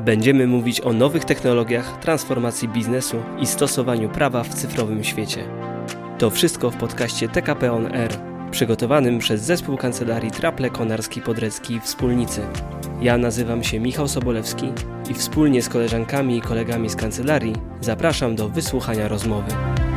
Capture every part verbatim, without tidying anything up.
Będziemy mówić o nowych technologiach, transformacji biznesu i stosowaniu prawa w cyfrowym świecie. To wszystko w podcaście T K P On Air, przygotowanym przez zespół kancelarii Traple Konarski-Podrecki i Wspólnicy. Ja nazywam się Michał Sobolewski i wspólnie z koleżankami i kolegami z kancelarii zapraszam do wysłuchania rozmowy.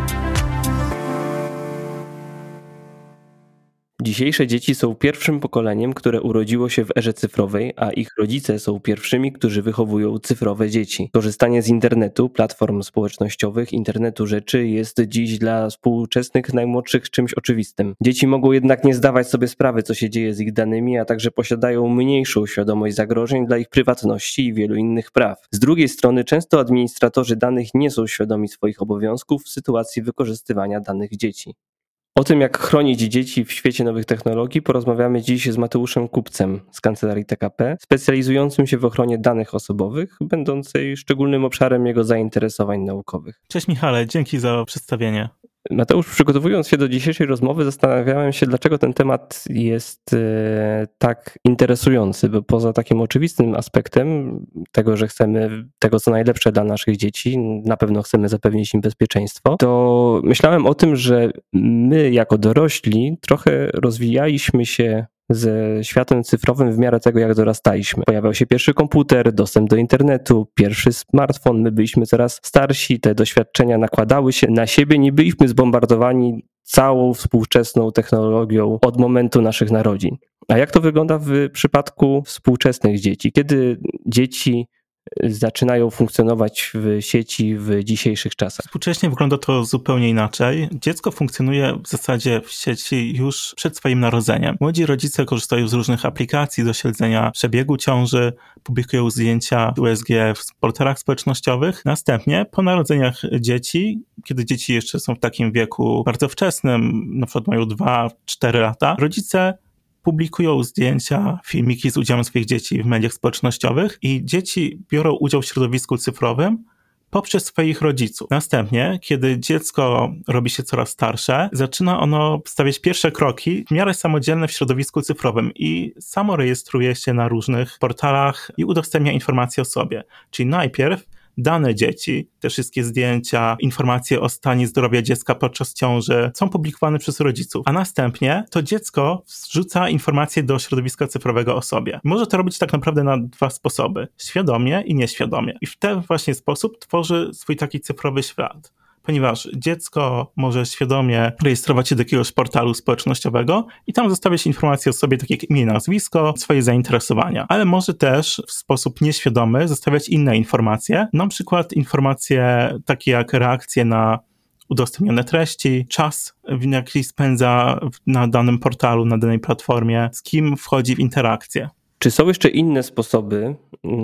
Dzisiejsze dzieci są pierwszym pokoleniem, które urodziło się w erze cyfrowej, a ich rodzice są pierwszymi, którzy wychowują cyfrowe dzieci. Korzystanie z internetu, platform społecznościowych, internetu rzeczy jest dziś dla współczesnych najmłodszych czymś oczywistym. Dzieci mogą jednak nie zdawać sobie sprawy, co się dzieje z ich danymi, a także posiadają mniejszą świadomość zagrożeń dla ich prywatności i wielu innych praw. Z drugiej strony często administratorzy danych nie są świadomi swoich obowiązków w sytuacji wykorzystywania danych dzieci. O tym, jak chronić dzieci w świecie nowych technologii, porozmawiamy dziś z Mateuszem Kupcem z kancelarii T K P, specjalizującym się w ochronie danych osobowych, będącej szczególnym obszarem jego zainteresowań naukowych. Cześć Michale, dzięki za przedstawienie. Mateusz, przygotowując się do dzisiejszej rozmowy, zastanawiałem się, dlaczego ten temat jest e, tak interesujący, bo poza takim oczywistym aspektem tego, że chcemy tego, co najlepsze dla naszych dzieci, na pewno chcemy zapewnić im bezpieczeństwo, to myślałem o tym, że my jako dorośli trochę rozwijaliśmy się ze światem cyfrowym w miarę tego, jak dorastaliśmy. Pojawiał się pierwszy komputer, dostęp do internetu, pierwszy smartfon, my byliśmy coraz starsi, te doświadczenia nakładały się na siebie, nie byliśmy zbombardowani całą współczesną technologią od momentu naszych narodzin. A jak to wygląda w przypadku współczesnych dzieci? Kiedy dzieci zaczynają funkcjonować w sieci w dzisiejszych czasach? Współcześnie wygląda to zupełnie inaczej. Dziecko funkcjonuje w zasadzie w sieci już przed swoim narodzeniem. Młodzi rodzice korzystają z różnych aplikacji do śledzenia przebiegu ciąży, publikują zdjęcia U S G w portalach społecznościowych. Następnie po narodzeniach dzieci, kiedy dzieci jeszcze są w takim wieku bardzo wczesnym, na przykład mają dwa cztery lata, rodzice publikują zdjęcia, filmiki z udziałem swoich dzieci w mediach społecznościowych i dzieci biorą udział w środowisku cyfrowym poprzez swoich rodziców. Następnie, kiedy dziecko robi się coraz starsze, zaczyna ono stawiać pierwsze kroki w miarę samodzielne w środowisku cyfrowym i samo rejestruje się na różnych portalach i udostępnia informacje o sobie. Czyli najpierw dane dzieci, te wszystkie zdjęcia, informacje o stanie zdrowia dziecka podczas ciąży są publikowane przez rodziców, a następnie to dziecko wrzuca informacje do środowiska cyfrowego o sobie. Może to robić tak naprawdę na dwa sposoby, świadomie i nieświadomie. I w ten właśnie sposób tworzy swój taki cyfrowy świat. Ponieważ dziecko może świadomie rejestrować się do jakiegoś portalu społecznościowego i tam zostawiać informacje o sobie, takie jak imię, nazwisko, swoje zainteresowania. Ale może też w sposób nieświadomy zostawiać inne informacje, na przykład informacje takie jak reakcje na udostępnione treści, czas, jaki spędza na danym portalu, na danej platformie, z kim wchodzi w interakcję. Czy są jeszcze inne sposoby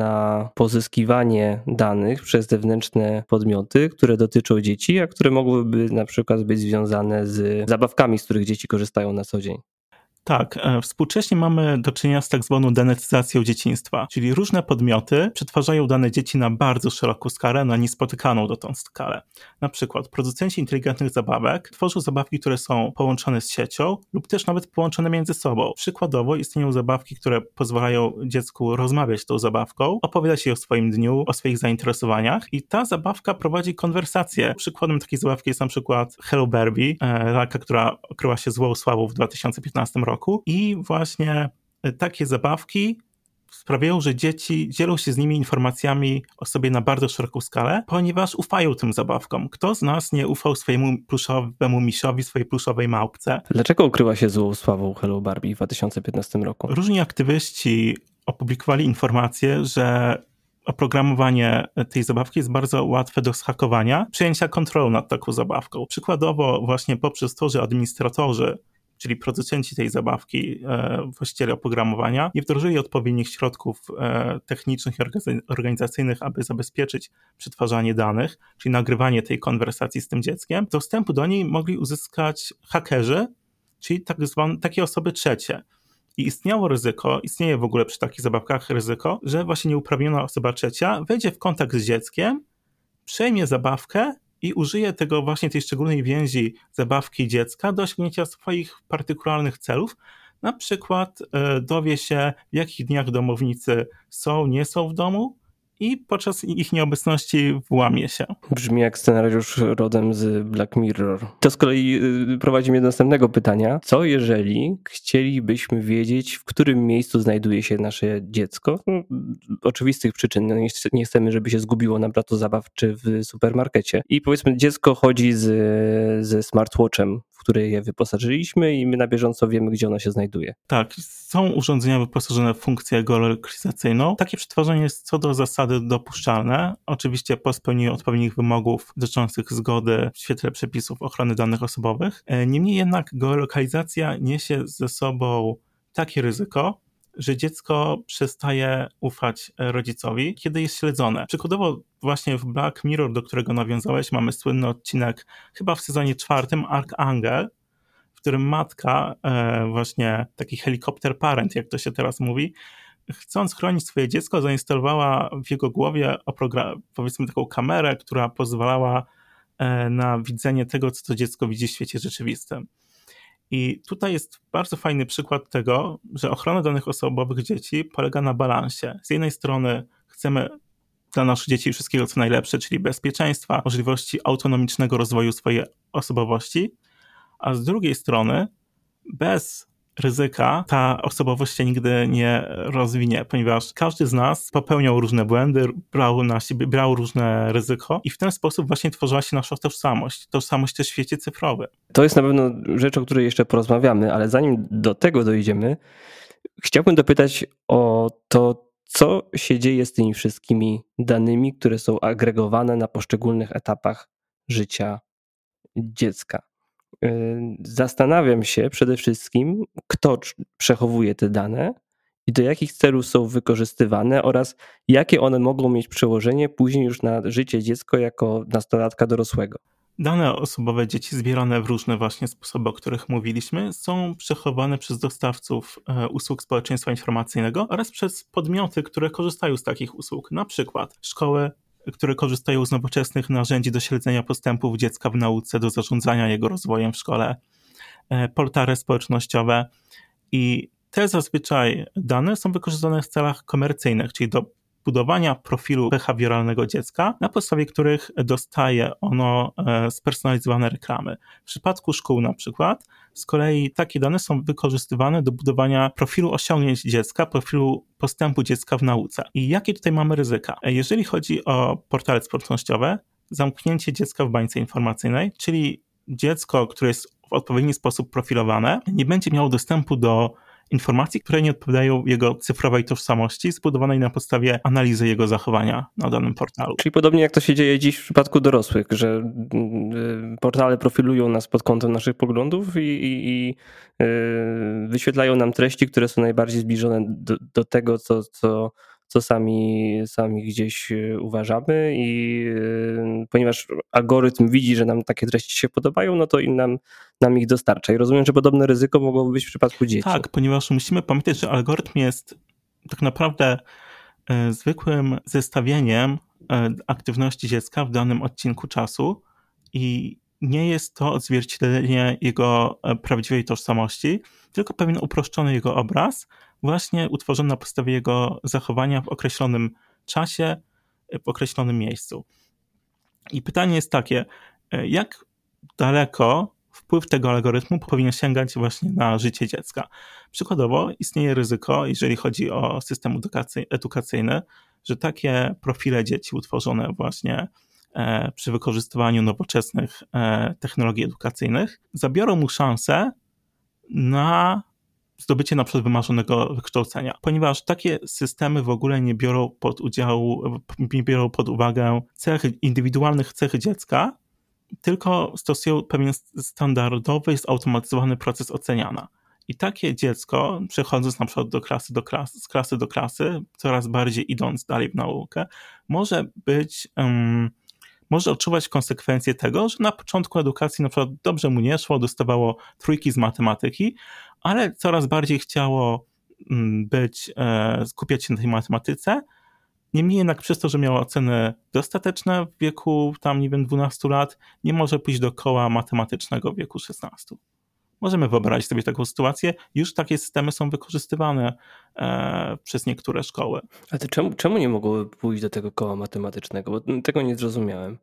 na pozyskiwanie danych przez zewnętrzne podmioty, które dotyczą dzieci, a które mogłyby na przykład być związane z zabawkami, z których dzieci korzystają na co dzień? Tak, współcześnie mamy do czynienia z tak zwaną denetyzacją dzieciństwa, czyli różne podmioty przetwarzają dane dzieci na bardzo szeroką skalę, na niespotykaną dotąd skalę. Na przykład producenci inteligentnych zabawek tworzą zabawki, które są połączone z siecią lub też nawet połączone między sobą. Przykładowo istnieją zabawki, które pozwalają dziecku rozmawiać z tą zabawką, opowiadać jej o swoim dniu, o swoich zainteresowaniach i ta zabawka prowadzi konwersację. Przykładem takiej zabawki jest na przykład Hello Barbie, lalka, która okryła się złą sławą w dwa tysiące piętnastym roku. I właśnie takie zabawki sprawiają, że dzieci dzielą się z nimi informacjami o sobie na bardzo szeroką skalę, ponieważ ufają tym zabawkom. Kto z nas nie ufał swojemu pluszowemu misiowi, swojej pluszowej małpce? Dlaczego ukryła się złą sławą Hello Barbie w dwa tysiące piętnastym roku? Różni aktywiści opublikowali informację, że oprogramowanie tej zabawki jest bardzo łatwe do zhakowania, przejęcia kontroli nad taką zabawką. Przykładowo właśnie poprzez to, że administratorzy, czyli producenci tej zabawki, e, właściciele oprogramowania, nie wdrożyli odpowiednich środków e, technicznych i organizacyjnych, aby zabezpieczyć przetwarzanie danych, czyli nagrywanie tej konwersacji z tym dzieckiem, dostępu do niej mogli uzyskać hakerzy, czyli tak zwane, takie osoby trzecie. I istniało ryzyko, istnieje w ogóle przy takich zabawkach ryzyko, że właśnie nieuprawniona osoba trzecia wejdzie w kontakt z dzieckiem, przejmie zabawkę i użyje tego właśnie tej szczególnej więzi zabawki dziecka do osiągnięcia swoich partykularnych celów. Na przykład dowie się, w jakich dniach domownicy są, nie są w domu i podczas ich nieobecności włamie się. Brzmi jak scenariusz rodem z Black Mirror. To z kolei prowadzi mnie do następnego pytania. Co jeżeli chcielibyśmy wiedzieć, w którym miejscu znajduje się nasze dziecko? No, oczywistych przyczyn. No, nie, nie chcemy, żeby się zgubiło na placu zabaw czy w supermarkecie. I powiedzmy, dziecko chodzi z, ze smartwatchem, w który je wyposażyliśmy i my na bieżąco wiemy, gdzie ono się znajduje. Tak, są urządzenia wyposażone w funkcję geolokalizacyjną. Takie przetwarzanie jest co do zasady dopuszczalne, oczywiście po spełnieniu odpowiednich wymogów dotyczących zgody w świetle przepisów ochrony danych osobowych. Niemniej jednak geolokalizacja niesie ze sobą takie ryzyko, że dziecko przestaje ufać rodzicowi, kiedy jest śledzone. Przykładowo właśnie w Black Mirror, do którego nawiązałeś, mamy słynny odcinek chyba w sezonie czwartym, Archangel, w którym matka, właśnie taki helikopter parent, jak to się teraz mówi, chcąc chronić swoje dziecko, zainstalowała w jego głowie powiedzmy taką kamerę, która pozwalała na widzenie tego, co to dziecko widzi w świecie rzeczywistym. I tutaj jest bardzo fajny przykład tego, że ochrona danych osobowych dzieci polega na balansie. Z jednej strony chcemy dla naszych dzieci wszystkiego co najlepsze, czyli bezpieczeństwa, możliwości autonomicznego rozwoju swojej osobowości, a z drugiej strony bez ryzyka ta osobowość się nigdy nie rozwinie, ponieważ każdy z nas popełniał różne błędy, brał na siebie, brał różne ryzyko i w ten sposób właśnie tworzyła się nasza tożsamość, tożsamość też w świecie cyfrowym. To jest na pewno rzecz, o której jeszcze porozmawiamy, ale zanim do tego dojdziemy, chciałbym dopytać o to, co się dzieje z tymi wszystkimi danymi, które są agregowane na poszczególnych etapach życia dziecka. Zastanawiam się przede wszystkim, kto przechowuje te dane i do jakich celów są wykorzystywane oraz jakie one mogą mieć przełożenie później już na życie dziecka jako nastolatka dorosłego. Dane osobowe dzieci zbierane w różne właśnie sposoby, o których mówiliśmy, są przechowane przez dostawców usług społeczeństwa informacyjnego oraz przez podmioty, które korzystają z takich usług, na przykład szkoły, które korzystają z nowoczesnych narzędzi do śledzenia postępów dziecka w nauce, do zarządzania jego rozwojem w szkole, portale społecznościowe i te zazwyczaj dane są wykorzystane w celach komercyjnych, czyli do budowania profilu behawioralnego dziecka, na podstawie których dostaje ono spersonalizowane reklamy. W przypadku szkół na przykład, z kolei takie dane są wykorzystywane do budowania profilu osiągnięć dziecka, profilu postępu dziecka w nauce. I jakie tutaj mamy ryzyka? Jeżeli chodzi o portale społecznościowe, zamknięcie dziecka w bańce informacyjnej, czyli dziecko, które jest w odpowiedni sposób profilowane, nie będzie miało dostępu do informacji, które nie odpowiadają jego cyfrowej tożsamości, zbudowanej na podstawie analizy jego zachowania na danym portalu. Czyli podobnie jak to się dzieje dziś w przypadku dorosłych, że portale profilują nas pod kątem naszych poglądów i, i, i wyświetlają nam treści, które są najbardziej zbliżone do, do tego, co, co, co sami, sami gdzieś uważamy i ponieważ algorytm widzi, że nam takie treści się podobają, no to nam, nam ich dostarcza. I rozumiem, że podobne ryzyko mogłoby być w przypadku dzieci. Tak, ponieważ musimy pamiętać, że algorytm jest tak naprawdę e, zwykłym zestawieniem e, aktywności dziecka w danym odcinku czasu i nie jest to odzwierciedlenie jego e, prawdziwej tożsamości, tylko pewien uproszczony jego obraz, właśnie utworzony na podstawie jego zachowania w określonym czasie, w określonym miejscu. I pytanie jest takie, jak daleko wpływ tego algorytmu powinien sięgać właśnie na życie dziecka? Przykładowo istnieje ryzyko, jeżeli chodzi o system edukacyjny, że takie profile dzieci utworzone właśnie przy wykorzystywaniu nowoczesnych technologii edukacyjnych zabiorą mu szansę na zdobycie na przykład wymarzonego wykształcenia, ponieważ takie systemy w ogóle nie biorą pod udziału, nie biorą pod uwagę cech, indywidualnych cech dziecka, tylko stosują pewien standardowy, zautomatyzowany proces oceniania. I takie dziecko, przechodząc na przykład do klasy do klasy, z klasy do klasy, coraz bardziej idąc dalej w naukę, może być, um, może odczuwać konsekwencje tego, że na początku edukacji na przykład dobrze mu nie szło, dostawało trójki z matematyki, ale coraz bardziej chciało być, e, skupiać się na tej matematyce. Niemniej jednak przez to, że miało oceny dostateczne w wieku tam, nie wiem, dwunastu lat, nie może pójść do koła matematycznego w wieku szesnastu. Możemy wyobrazić sobie taką sytuację. Już takie systemy są wykorzystywane e, przez niektóre szkoły. A to czemu, czemu nie mogłoby pójść do tego koła matematycznego? Bo tego nie zrozumiałem.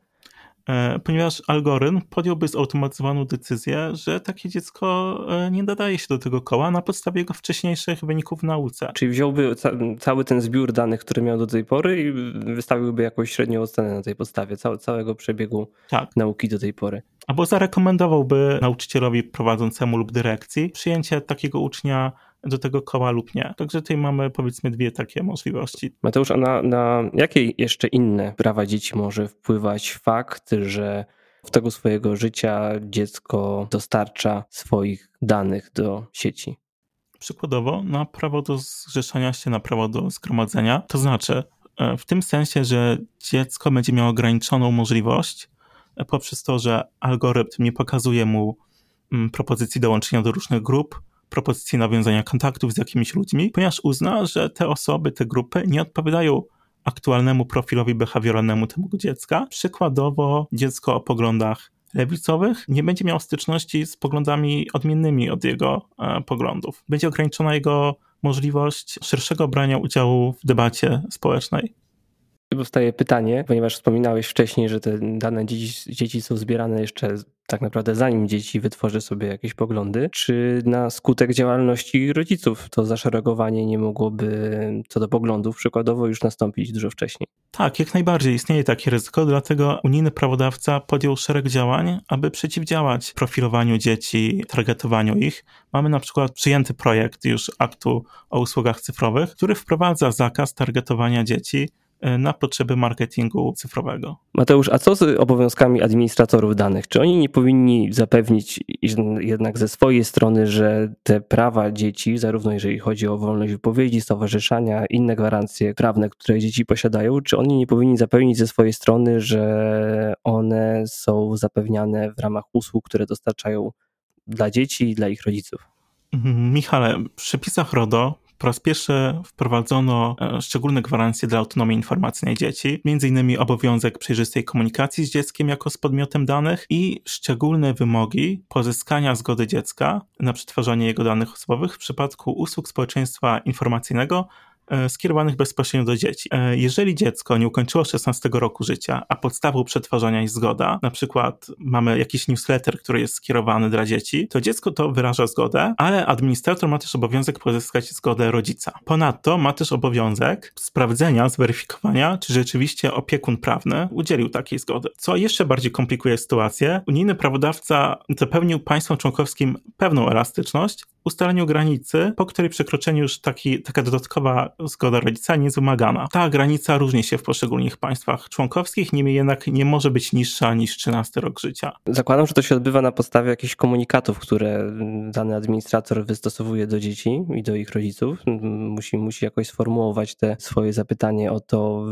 E, ponieważ algorytm podjąłby zautomatyzowaną decyzję, że takie dziecko e, nie nadaje się do tego koła na podstawie jego wcześniejszych wyników w nauce. Czyli wziąłby ca cały ten zbiór danych, który miał do tej pory i wystawiłby jakąś średnią ocenę na tej podstawie, cał całego przebiegu tak. nauki do tej pory. Albo zarekomendowałby nauczycielowi prowadzącemu lub dyrekcji przyjęcie takiego ucznia do tego koła lub nie. Także tutaj mamy, powiedzmy, dwie takie możliwości. Mateusz, a na, na jakie jeszcze inne prawa dzieci może wpływać fakt, że w tego swojego życia dziecko dostarcza swoich danych do sieci? Przykładowo na prawo do zrzeszania się, na prawo do zgromadzenia. To znaczy w tym sensie, że dziecko będzie miało ograniczoną możliwość poprzez to, że algorytm nie pokazuje mu propozycji dołączenia do różnych grup, propozycji nawiązania kontaktów z jakimiś ludźmi, ponieważ uzna, że te osoby, te grupy nie odpowiadają aktualnemu profilowi behawioralnemu tego dziecka. Przykładowo dziecko o poglądach lewicowych nie będzie miało styczności z poglądami odmiennymi od jego e, poglądów. Będzie ograniczona jego możliwość szerszego brania udziału w debacie społecznej. Powstaje pytanie, ponieważ wspominałeś wcześniej, że te dane dzieci, dzieci są zbierane jeszcze tak naprawdę zanim dzieci wytworzy sobie jakieś poglądy, czy na skutek działalności rodziców to zaszeregowanie nie mogłoby co do poglądów przykładowo już nastąpić dużo wcześniej? Tak, jak najbardziej istnieje takie ryzyko, dlatego unijny prawodawca podjął szereg działań, aby przeciwdziałać profilowaniu dzieci, targetowaniu ich. Mamy na przykład przyjęty projekt już aktu o usługach cyfrowych, który wprowadza zakaz targetowania dzieci na potrzeby marketingu cyfrowego. Mateusz, a co z obowiązkami administratorów danych? Czy oni nie powinni zapewnić jednak ze swojej strony, że te prawa dzieci, zarówno jeżeli chodzi o wolność wypowiedzi, stowarzyszania, inne gwarancje prawne, które dzieci posiadają, czy oni nie powinni zapewnić ze swojej strony, że one są zapewniane w ramach usług, które dostarczają dla dzieci i dla ich rodziców? Michale, w przepisach RODO po raz pierwszy wprowadzono szczególne gwarancje dla autonomii informacyjnej dzieci, między innymi obowiązek przejrzystej komunikacji z dzieckiem jako z podmiotem danych i szczególne wymogi pozyskania zgody dziecka na przetwarzanie jego danych osobowych w przypadku usług społeczeństwa informacyjnego skierowanych bezpośrednio do dzieci. Jeżeli dziecko nie ukończyło szesnastego roku życia, a podstawą przetwarzania jest zgoda, na przykład mamy jakiś newsletter, który jest skierowany dla dzieci, to dziecko to wyraża zgodę, ale administrator ma też obowiązek pozyskać zgodę rodzica. Ponadto ma też obowiązek sprawdzenia, zweryfikowania, czy rzeczywiście opiekun prawny udzielił takiej zgody. Co jeszcze bardziej komplikuje sytuację, unijny prawodawca zapewnił państwom członkowskim pewną elastyczność w ustaleniu granicy, po której przekroczeniu już taki, taka dodatkowa zgoda rodzica nie jest wymagana. Ta granica różni się w poszczególnych państwach członkowskich, niemniej jednak nie może być niższa niż trzynasty rok życia. Zakładam, że to się odbywa na podstawie jakichś komunikatów, które dany administrator wystosowuje do dzieci i do ich rodziców. Musi, musi jakoś sformułować te swoje zapytanie o to,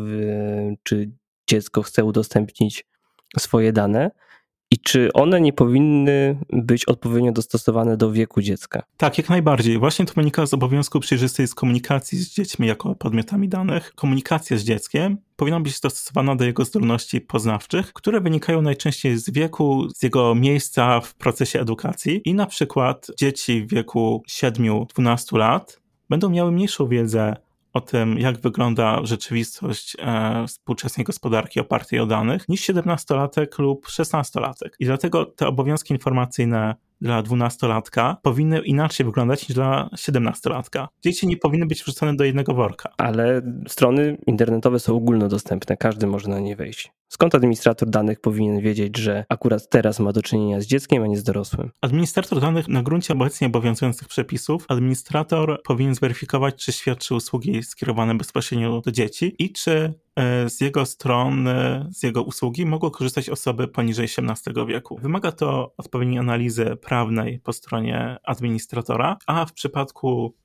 czy dziecko chce udostępnić swoje dane. I czy one nie powinny być odpowiednio dostosowane do wieku dziecka? Tak, jak najbardziej. Właśnie to wynika z obowiązku przejrzystej z komunikacji z dziećmi jako podmiotami danych. Komunikacja z dzieckiem powinna być dostosowana do jego zdolności poznawczych, które wynikają najczęściej z wieku, z jego miejsca w procesie edukacji. I na przykład dzieci w wieku siedmiu do dwunastu lat będą miały mniejszą wiedzę o tym, jak wygląda rzeczywistość e, współczesnej gospodarki opartej o danych, niż siedemnastolatek lub szesnastolatek. I dlatego te obowiązki informacyjne dla dwunastolatka powinny inaczej wyglądać niż dla siedemnastolatka. Dzieci nie powinny być wrzucone do jednego worka. Ale strony internetowe są ogólnodostępne, każdy może na nie wejść. Skąd administrator danych powinien wiedzieć, że akurat teraz ma do czynienia z dzieckiem, a nie z dorosłym? Administrator danych na gruncie obecnie obowiązujących przepisów, administrator powinien zweryfikować, czy świadczy usługi skierowane bezpośrednio do dzieci i czy z jego strony, z jego usługi mogą korzystać osoby poniżej siedemnastego wieku. Wymaga to odpowiedniej analizy prawnej po stronie administratora, a w przypadku,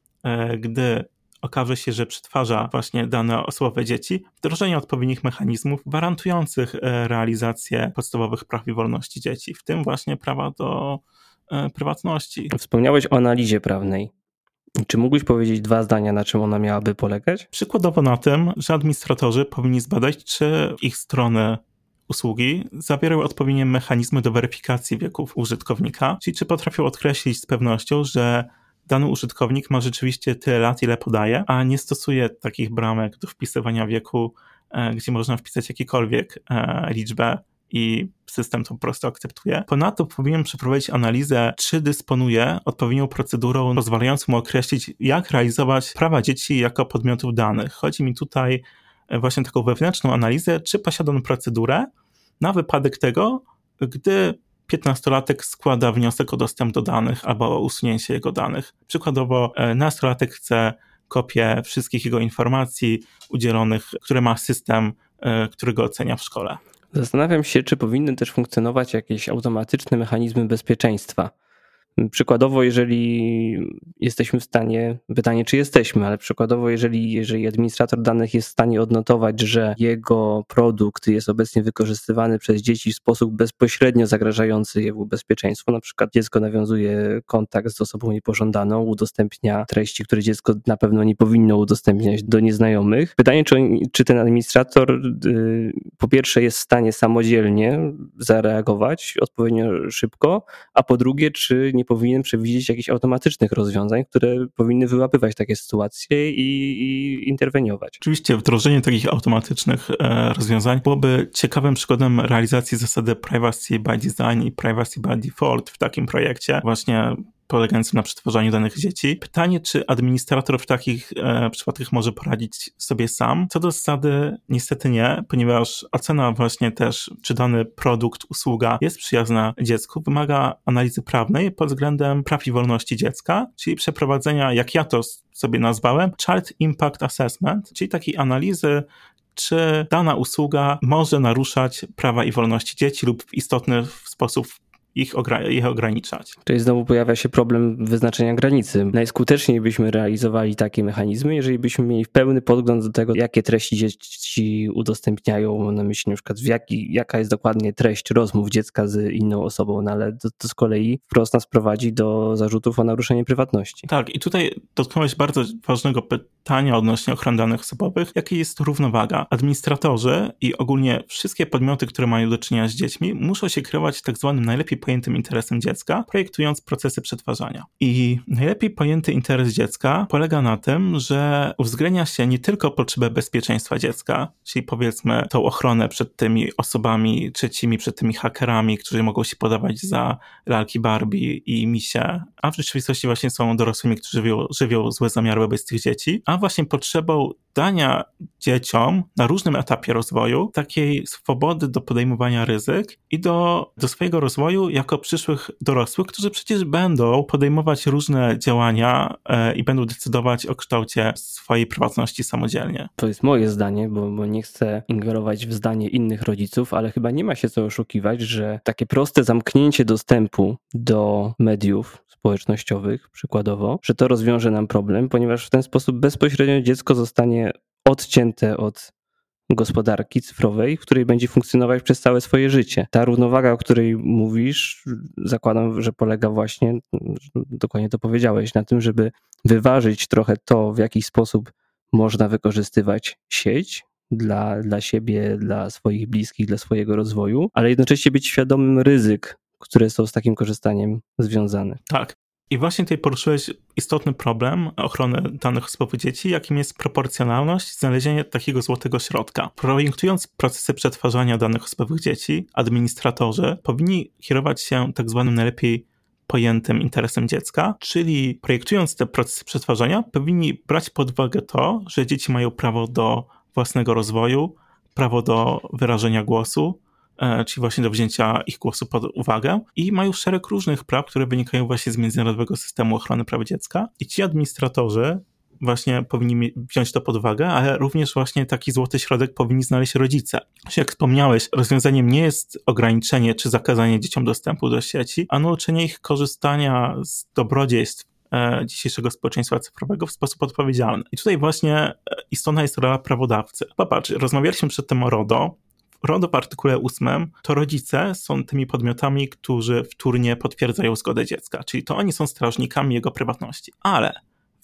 gdy okaże się, że przetwarza właśnie dane osobowe dzieci, wdrożenie odpowiednich mechanizmów gwarantujących realizację podstawowych praw i wolności dzieci, w tym właśnie prawa do prywatności. Wspomniałeś o analizie prawnej. Czy mógłbyś powiedzieć dwa zdania, na czym ona miałaby polegać? Przykładowo na tym, że administratorzy powinni zbadać, czy ich strony usługi zawierają odpowiednie mechanizmy do weryfikacji wieków użytkownika, czyli czy potrafią odkreślić z pewnością, że dany użytkownik ma rzeczywiście tyle lat, ile podaje, a nie stosuje takich bramek do wpisywania wieku, gdzie można wpisać jakiekolwiek liczbę i system to po prostu akceptuje. Ponadto powinien przeprowadzić analizę, czy dysponuje odpowiednią procedurą pozwalającą mu określić, jak realizować prawa dzieci jako podmiotów danych. Chodzi mi tutaj właśnie taką wewnętrzną analizę, czy posiada on procedurę na wypadek tego, gdy piętnastolatek składa wniosek o dostęp do danych albo o usunięcie jego danych. Przykładowo nastolatek chce kopię wszystkich jego informacji udzielonych, które ma system, który go ocenia w szkole. Zastanawiam się, czy powinny też funkcjonować jakieś automatyczne mechanizmy bezpieczeństwa. Przykładowo, jeżeli jesteśmy w stanie, pytanie czy jesteśmy, ale przykładowo, jeżeli, jeżeli administrator danych jest w stanie odnotować, że jego produkt jest obecnie wykorzystywany przez dzieci w sposób bezpośrednio zagrażający jego bezpieczeństwu, na przykład dziecko nawiązuje kontakt z osobą niepożądaną, udostępnia treści, które dziecko na pewno nie powinno udostępniać do nieznajomych. Pytanie, czy, czy ten administrator yy, po pierwsze jest w stanie samodzielnie zareagować odpowiednio szybko, a po drugie, czy nie powinien przewidzieć jakichś automatycznych rozwiązań, które powinny wyłapywać takie sytuacje i, i interweniować. Oczywiście wdrożenie takich automatycznych e, rozwiązań byłoby ciekawym przykładem realizacji zasady privacy by design i privacy by default w takim projekcie właśnie polegającym na przetwarzaniu danych dzieci. Pytanie, czy administrator w takich e, przypadkach może poradzić sobie sam? Co do zasady niestety nie, ponieważ ocena właśnie też, czy dany produkt, usługa jest przyjazna dziecku, wymaga analizy prawnej pod względem praw i wolności dziecka, czyli przeprowadzenia, jak ja to sobie nazwałem, Child Impact Assessment, czyli takiej analizy, czy dana usługa może naruszać prawa i wolności dzieci lub w istotny sposób Ich, ogra- ich ograniczać. Czyli znowu pojawia się problem wyznaczenia granicy. Najskuteczniej byśmy realizowali takie mechanizmy, jeżeli byśmy mieli pełny podgląd do tego, jakie treści dzieci udostępniają, mam na myśli na przykład w jaki, jaka jest dokładnie treść rozmów dziecka z inną osobą, no ale to, to z kolei wprost nas prowadzi do zarzutów o naruszenie prywatności. Tak, i tutaj dotknąłeś bardzo ważnego pytania odnośnie ochrony danych osobowych. Jaka jest równowaga? Administratorzy i ogólnie wszystkie podmioty, które mają do czynienia z dziećmi, muszą się kierować tak zwanym najlepiej pojętym interesem dziecka, projektując procesy przetwarzania. I najlepiej pojęty interes dziecka polega na tym, że uwzględnia się nie tylko potrzebę bezpieczeństwa dziecka, czyli powiedzmy tą ochronę przed tymi osobami trzecimi, przed tymi hakerami, którzy mogą się podawać za lalki Barbie i misie, a w rzeczywistości właśnie są dorosłymi, którzy żywią, żywią złe zamiary wobec tych dzieci, a właśnie potrzebą dania dzieciom na różnym etapie rozwoju takiej swobody do podejmowania ryzyk i do, do swojego rozwoju jako przyszłych dorosłych, którzy przecież będą podejmować różne działania e, i będą decydować o kształcie swojej prywatności samodzielnie. To jest moje zdanie, bo, bo nie chcę ingerować w zdanie innych rodziców, ale chyba nie ma się co oszukiwać, że takie proste zamknięcie dostępu do mediów społecznościowych, przykładowo, że to rozwiąże nam problem, ponieważ w ten sposób bezpośrednio dziecko zostanie odcięte od gospodarki cyfrowej, w której będzie funkcjonować przez całe swoje życie. Ta równowaga, o której mówisz, zakładam, że polega właśnie, dokładnie to powiedziałeś, na tym, żeby wyważyć trochę to, w jaki sposób można wykorzystywać sieć dla, dla siebie, dla swoich bliskich, dla swojego rozwoju, ale jednocześnie być świadomym ryzyk, które są z takim korzystaniem związane. Tak. I właśnie tutaj poruszyłeś istotny problem ochrony danych osobowych dzieci, jakim jest proporcjonalność, znalezienie takiego złotego środka. Projektując procesy przetwarzania danych osobowych dzieci, administratorzy powinni kierować się tak zwanym najlepiej pojętym interesem dziecka, czyli projektując te procesy przetwarzania, powinni brać pod uwagę to, że dzieci mają prawo do własnego rozwoju, prawo do wyrażenia głosu, czyli właśnie do wzięcia ich głosu pod uwagę i mają szereg różnych praw, które wynikają właśnie z międzynarodowego systemu ochrony praw dziecka i ci administratorzy właśnie powinni wziąć to pod uwagę, ale również właśnie taki złoty środek powinni znaleźć rodzice. Jak wspomniałeś, rozwiązaniem nie jest ograniczenie czy zakazanie dzieciom dostępu do sieci, a nauczenie ich korzystania z dobrodziejstw dzisiejszego społeczeństwa cyfrowego w sposób odpowiedzialny. I tutaj właśnie istotna jest rola prawodawcy. Popatrz, rozmawialiśmy przedtem o RODO. RODO w artykule ósmym to rodzice są tymi podmiotami, którzy wtórnie potwierdzają zgodę dziecka, czyli to oni są strażnikami jego prywatności. Ale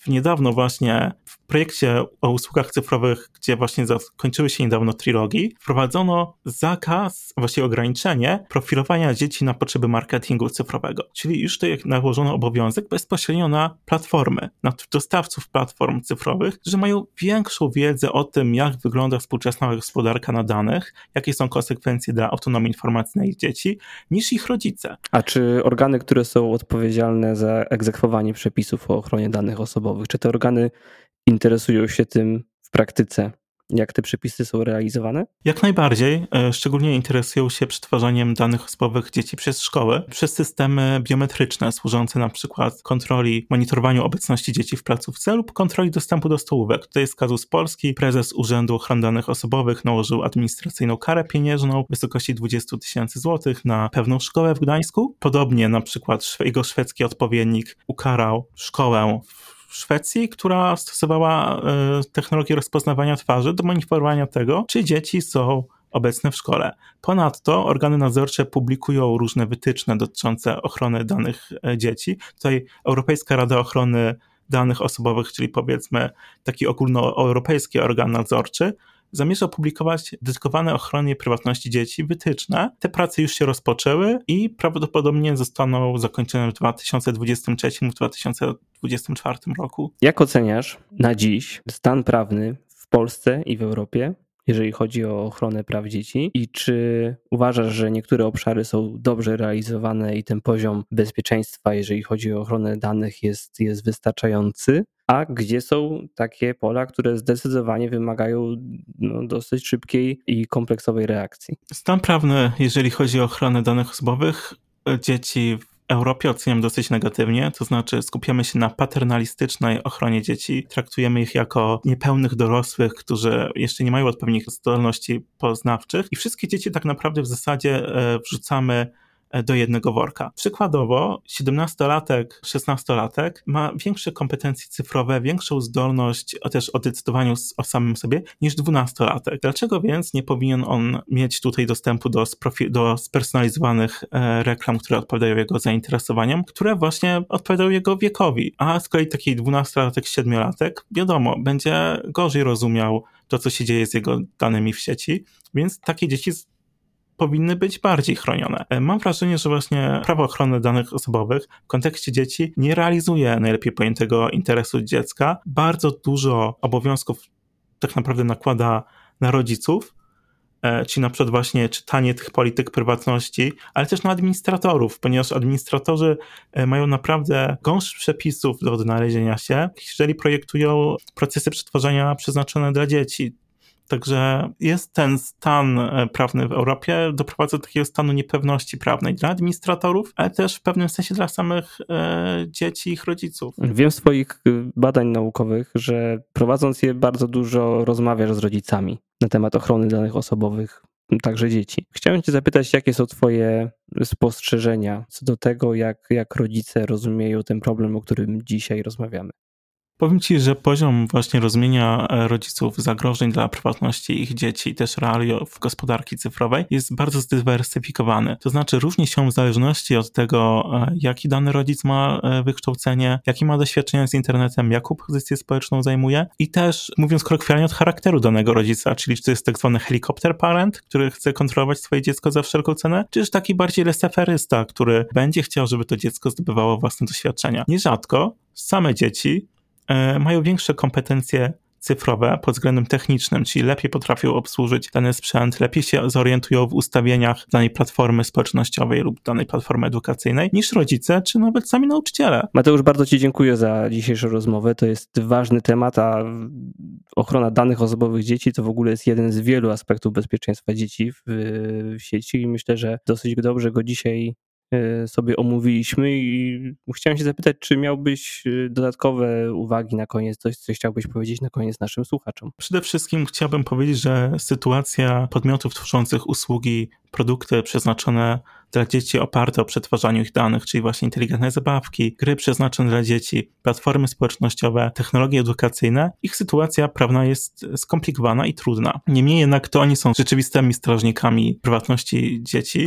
niedawno właśnie w projekcie o usługach cyfrowych, gdzie właśnie zakończyły się niedawno trilogi, wprowadzono zakaz, właściwie ograniczenie profilowania dzieci na potrzeby marketingu cyfrowego. Czyli już tutaj nałożono obowiązek bezpośrednio na platformy, na dostawców platform cyfrowych, że mają większą wiedzę o tym, jak wygląda współczesna gospodarka na danych, jakie są konsekwencje dla autonomii informacyjnej ich dzieci, niż ich rodzice. A czy organy, które są odpowiedzialne za egzekwowanie przepisów o ochronie danych osobowych, czy te organy interesują się tym w praktyce? Jak te przepisy są realizowane? Jak najbardziej. Szczególnie interesują się przetwarzaniem danych osobowych dzieci przez szkoły, przez systemy biometryczne służące na przykład kontroli, monitorowaniu obecności dzieci w placówce lub kontroli dostępu do stołówek. Tutaj jest kazus Polski. Prezes Urzędu Ochrony Danych Osobowych nałożył administracyjną karę pieniężną w wysokości dwadzieścia tysięcy złotych na pewną szkołę w Gdańsku. Podobnie na przykład jego szwedzki odpowiednik ukarał szkołę w w Szwecji, która stosowała y, technologię rozpoznawania twarzy do monitorowania tego, czy dzieci są obecne w szkole. Ponadto organy nadzorcze publikują różne wytyczne dotyczące ochrony danych y, dzieci. Tutaj Europejska Rada Ochrony Danych Osobowych, czyli powiedzmy taki ogólnoeuropejski organ nadzorczy, zamierza publikować dedykowane ochronie prywatności dzieci wytyczne. Te prace już się rozpoczęły i prawdopodobnie zostaną zakończone w dwa tysiące dwudziestym trzecim - dwa tysiące dwudziestym czwartym roku. Jak oceniasz na dziś stan prawny w Polsce i w Europie, jeżeli chodzi o ochronę praw dzieci? I czy uważasz, że niektóre obszary są dobrze realizowane i ten poziom bezpieczeństwa, jeżeli chodzi o ochronę danych, jest, jest wystarczający? A gdzie są takie pola, które zdecydowanie wymagają no, dosyć szybkiej i kompleksowej reakcji? Stan prawny, jeżeli chodzi o ochronę danych osobowych dzieci w Europie, oceniam dosyć negatywnie, to znaczy skupiamy się na paternalistycznej ochronie dzieci, traktujemy ich jako niepełnych dorosłych, którzy jeszcze nie mają odpowiednich zdolności poznawczych i wszystkie dzieci tak naprawdę w zasadzie wrzucamy do jednego worka. Przykładowo siedemnastolatek, szesnastolatek ma większe kompetencje cyfrowe, większą zdolność też o decydowaniu o samym sobie niż dwunastolatek. Dlaczego więc nie powinien on mieć tutaj dostępu do, sprofi- do spersonalizowanych e, reklam, które odpowiadają jego zainteresowaniom, które właśnie odpowiadają jego wiekowi, a z kolei taki dwunastolatek, siedmiolatek, wiadomo, będzie gorzej rozumiał to, co się dzieje z jego danymi w sieci, więc takie dzieci powinny być bardziej chronione. Mam wrażenie, że właśnie prawo ochrony danych osobowych w kontekście dzieci nie realizuje najlepiej pojętego interesu dziecka. Bardzo dużo obowiązków tak naprawdę nakłada na rodziców, czyli na przykład właśnie czytanie tych polityk prywatności, ale też na administratorów, ponieważ administratorzy mają naprawdę gąszcz przepisów do odnalezienia się, jeżeli projektują procesy przetwarzania przeznaczone dla dzieci. Także jest ten stan prawny w Europie, doprowadza do takiego stanu niepewności prawnej dla administratorów, ale też w pewnym sensie dla samych e, dzieci i ich rodziców. Wiem z twoich badań naukowych, że prowadząc je bardzo dużo rozmawiasz z rodzicami na temat ochrony danych osobowych, także dzieci. Chciałem cię zapytać, jakie są twoje spostrzeżenia co do tego, jak, jak rodzice rozumieją ten problem, o którym dzisiaj rozmawiamy. Powiem ci, że poziom właśnie rozumienia rodziców zagrożeń dla prywatności ich dzieci i też realiów gospodarki cyfrowej jest bardzo zdywersyfikowany. To znaczy różni się w zależności od tego, jaki dany rodzic ma wykształcenie, jakie ma doświadczenia z internetem, jaką pozycję społeczną zajmuje i też, mówiąc kolokwialnie, od charakteru danego rodzica, czyli czy to jest tak zwany helikopter parent, który chce kontrolować swoje dziecko za wszelką cenę, czy też taki bardziej laissez-faire'ysta, który będzie chciał, żeby to dziecko zdobywało własne doświadczenia. Nierzadko same dzieci mają większe kompetencje cyfrowe pod względem technicznym, czyli lepiej potrafią obsłużyć dany sprzęt, lepiej się zorientują w ustawieniach danej platformy społecznościowej lub danej platformy edukacyjnej niż rodzice, czy nawet sami nauczyciele. Mateusz, bardzo ci dziękuję za dzisiejszą rozmowę. To jest ważny temat, a ochrona danych osobowych dzieci to w ogóle jest jeden z wielu aspektów bezpieczeństwa dzieci w, w sieci i myślę, że dosyć dobrze go dzisiaj sobie omówiliśmy i chciałem się zapytać, czy miałbyś dodatkowe uwagi na koniec, coś, co chciałbyś powiedzieć na koniec naszym słuchaczom? Przede wszystkim chciałbym powiedzieć, że sytuacja podmiotów tworzących usługi, produkty przeznaczone dla dzieci oparte o przetwarzaniu ich danych, czyli właśnie inteligentne zabawki, gry przeznaczone dla dzieci, platformy społecznościowe, technologie edukacyjne, ich sytuacja prawna jest skomplikowana i trudna. Niemniej jednak to oni są rzeczywistymi strażnikami prywatności dzieci,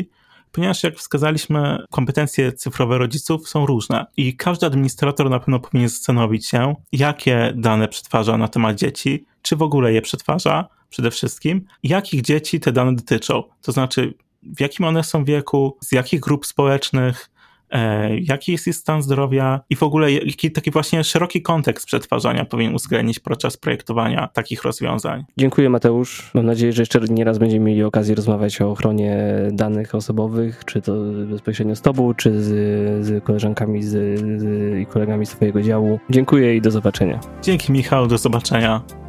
ponieważ jak wskazaliśmy, kompetencje cyfrowe rodziców są różne i każdy administrator na pewno powinien zastanowić się, jakie dane przetwarza na temat dzieci, czy w ogóle je przetwarza przede wszystkim, jakich dzieci te dane dotyczą, to znaczy w jakim one są wieku, z jakich grup społecznych, e, jaki jest ich stan zdrowia i w ogóle jaki taki właśnie szeroki kontekst przetwarzania powinien uwzględnić podczas projektowania takich rozwiązań. Dziękuję, Mateusz. Mam nadzieję, że jeszcze nie raz będziemy mieli okazję rozmawiać o ochronie danych osobowych, czy to bezpośrednio z tobą, czy z, z koleżankami z, z, i kolegami z twojego działu. Dziękuję i do zobaczenia. Dzięki, Michał, do zobaczenia.